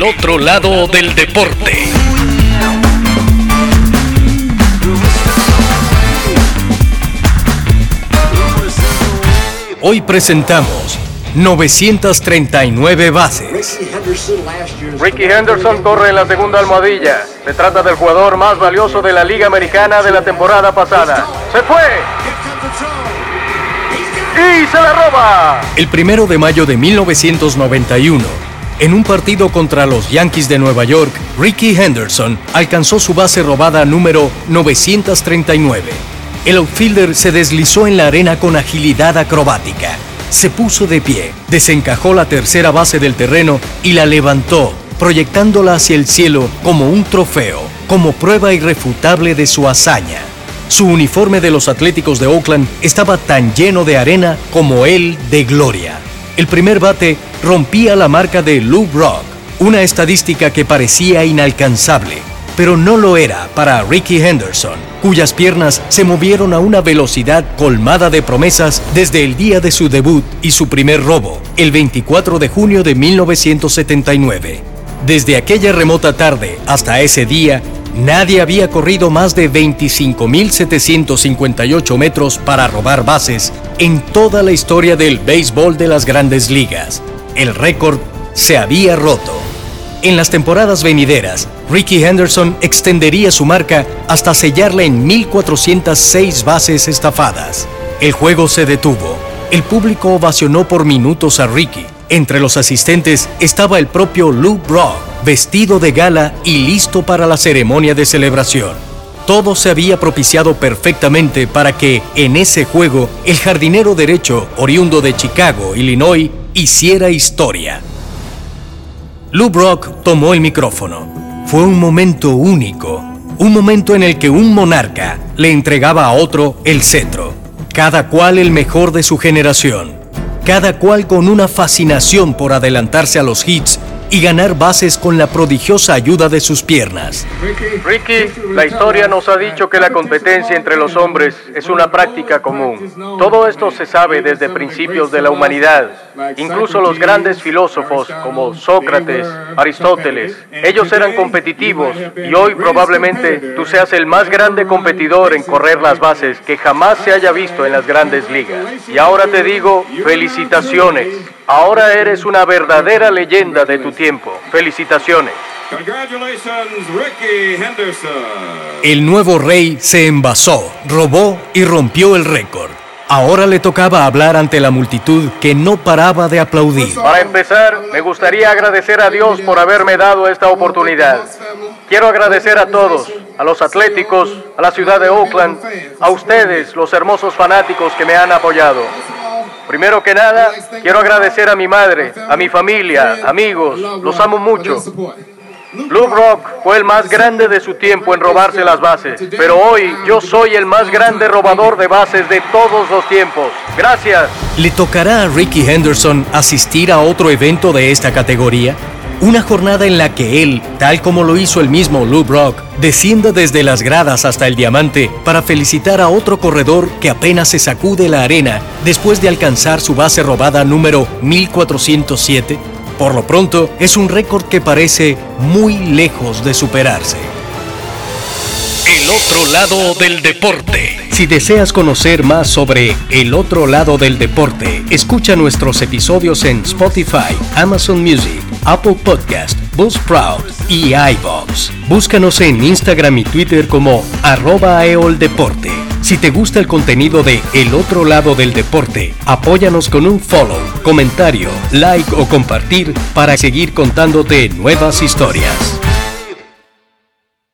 El otro lado del deporte. Hoy presentamos 939 bases. Ricky Henderson corre en la segunda almohadilla. Se trata del jugador más valioso de la Liga Americana de la temporada pasada. ¡Se fue! ¡Y se la roba! El 1 de mayo de 1991, en un partido contra los Yankees de Nueva York, Ricky Henderson alcanzó su base robada número 939. El outfielder se deslizó en la arena con agilidad acrobática. Se puso de pie, desencajó la tercera base del terreno y la levantó, proyectándola hacia el cielo como un trofeo, como prueba irrefutable de su hazaña. Su uniforme de los Atléticos de Oakland estaba tan lleno de arena como él de gloria. El primer bate rompía la marca de Lou Brock, una estadística que parecía inalcanzable, pero no lo era para Ricky Henderson, cuyas piernas se movieron a una velocidad colmada de promesas desde el día de su debut y su primer robo, el 24 de junio de 1979. Desde aquella remota tarde hasta ese día, nadie había corrido más de 25.758 metros para robar bases en toda la historia del béisbol de las Grandes Ligas. El récord se había roto. En las temporadas venideras, Ricky Henderson extendería su marca hasta sellarla en 1.406 bases estafadas. El juego se detuvo. El público ovacionó por minutos a Ricky. Entre los asistentes estaba el propio Lou Brock, vestido de gala y listo para la ceremonia de celebración. Todo se había propiciado perfectamente para que, en ese juego, el jardinero derecho, oriundo de Chicago, Illinois, hiciera historia. Lou Brock tomó el micrófono. Fue un momento único, un momento en el que un monarca le entregaba a otro el cetro, cada cual el mejor de su generación, cada cual con una fascinación por adelantarse a los hits y ganar bases con la prodigiosa ayuda de sus piernas. Ricky, la historia nos ha dicho que la competencia entre los hombres es una práctica común. Todo esto se sabe desde principios de la humanidad. Incluso los grandes filósofos como Sócrates, Aristóteles, ellos eran competitivos y hoy probablemente tú seas el más grande competidor en correr las bases que jamás se haya visto en las Grandes Ligas. Y ahora te digo, felicitaciones. Ahora eres una verdadera leyenda de tu tiempo. Felicitaciones. Congratulations, Ricky Henderson. El nuevo rey se envasó, robó y rompió el récord. Ahora le tocaba hablar ante la multitud que no paraba de aplaudir. Para empezar, me gustaría agradecer a Dios por haberme dado esta oportunidad. Quiero agradecer a todos, a los Atléticos, a la ciudad de Oakland, a ustedes, los hermosos fanáticos que me han apoyado. Primero que nada, quiero agradecer a mi madre, a mi familia, amigos, los amo mucho. Lou Brock fue el más grande de su tiempo en robarse las bases, pero hoy yo soy el más grande robador de bases de todos los tiempos. Gracias. ¿Le tocará a Ricky Henderson asistir a otro evento de esta categoría? Una jornada en la que él, tal como lo hizo el mismo Lou Brock, descienda desde las gradas hasta el diamante para felicitar a otro corredor que apenas se sacude la arena después de alcanzar su base robada número 1407. Por lo pronto, es un récord que parece muy lejos de superarse. El otro lado del deporte. Si deseas conocer más sobre El otro lado del deporte, escucha nuestros episodios en Spotify, Amazon Music, Apple Podcast, Buzzsprout y iVoox. Búscanos en Instagram y Twitter como @eoldeporte. Si te gusta el contenido de El otro lado del deporte, apóyanos con un follow, comentario, like o compartir para seguir contándote nuevas historias.